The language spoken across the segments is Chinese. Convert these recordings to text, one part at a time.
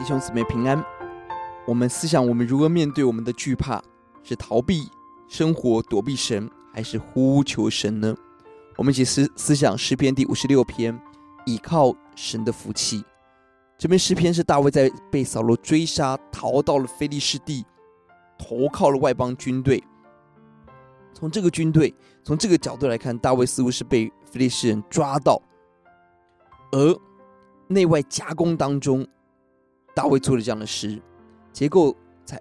弟兄姊妹平安。我们思想我们如何面对我们的惧怕，是逃避生活躲避神，还是呼求神呢？我们一起思想诗篇第56篇，倚靠神的福气。这篇诗篇是大卫在被扫罗追杀，逃到了非利士地，投靠了外邦军队。从这个角度来看，大卫似乎是被非利士人抓到，而内外夹攻当中，大卫做了这样的诗，结构才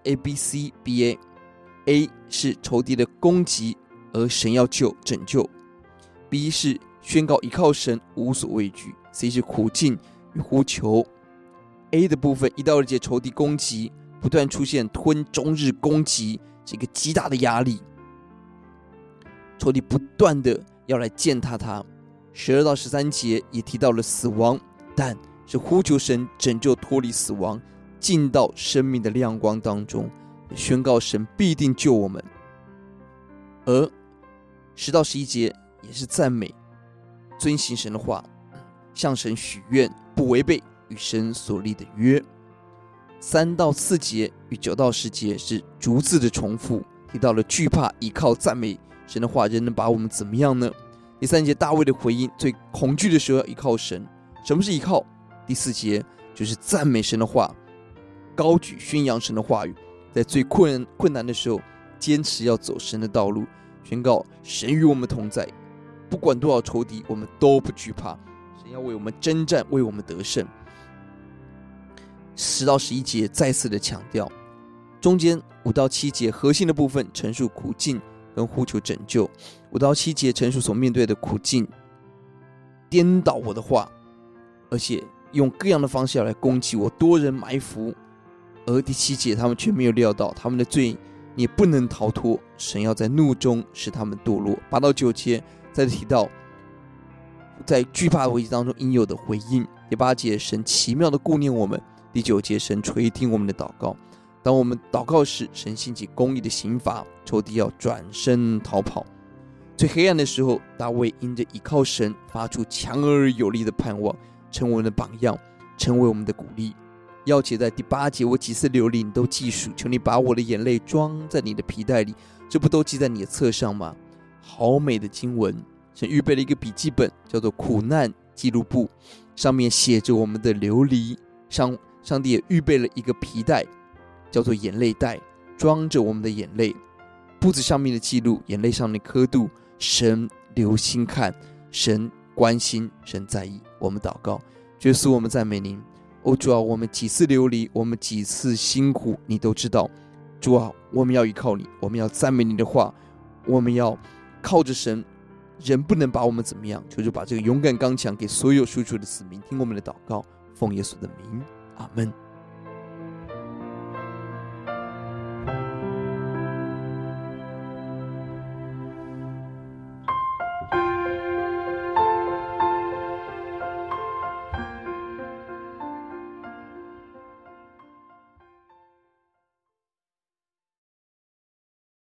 ABCBA。A 是仇敌的攻击，而神要拯救。B 是宣告依靠神无所畏惧。C 是苦境与呼求。A 的部分1到2节，仇敌攻击不断出现，终日攻击是一个极大的压力，仇敌不断的要来践踏他。12到13节也提到了死亡，但是呼求神拯救脱离死亡，进到生命的亮光当中，宣告神必定救我们。而10到11节也是赞美，遵行神的话，向神许愿，不违背与神所立的约。3到4节与9到10节是逐字的重复，提到了惧怕依靠赞美神的话，人能把我们怎么样呢？第3节大卫的回应，最恐惧的时候要依靠神。什么是依靠？第4节就是赞美神的话，高举宣扬神的话语，在最困难的时候坚持要走神的道路，宣告神与我们同在，不管多少仇敌我们都不惧怕，神要为我们征战，为我们得胜。10到11节再次的强调，中间5到7节核心的部分陈述苦境跟呼求拯救。5到7节陈述所面对的苦境，颠倒我的话，而且用各样的方式要来攻击我，多人埋伏。而第7节他们却没有料到，他们的罪也不能逃脱，神要在怒中使他们堕落。8到9节再提到在惧怕危机当中应有的回应。第8节神奇妙的顾念我们。第9节神垂听我们的祷告，当我们祷告时，神兴起公义的刑罚，仇敌要转身逃跑。最黑暗的时候，大卫因着倚靠神，发出强而有力的盼望，成为我们的榜样，成为我们的鼓励。要且在第8节，我几次流泪你都记数，求你把我的眼泪装在你的皮袋里，这不都记在你的册上吗？好美的经文，神预备了一个笔记本，叫做苦难记录簿，上面写着我们的流离。上帝也预备了一个皮带，叫做眼泪袋，装着我们的眼泪。簿子上面的记录，眼泪上面的刻度，神留心看，神关心，神在意。我们祷告，耶稣，我们赞美您。主啊，我们几次流离，我们几次辛苦，你都知道。主啊，我们要依靠你，我们要赞美你的话，我们要靠着神，人不能把我们怎么样。求主把这个勇敢刚强给所有属主的子民，听我们的祷告，奉耶稣的名，阿们。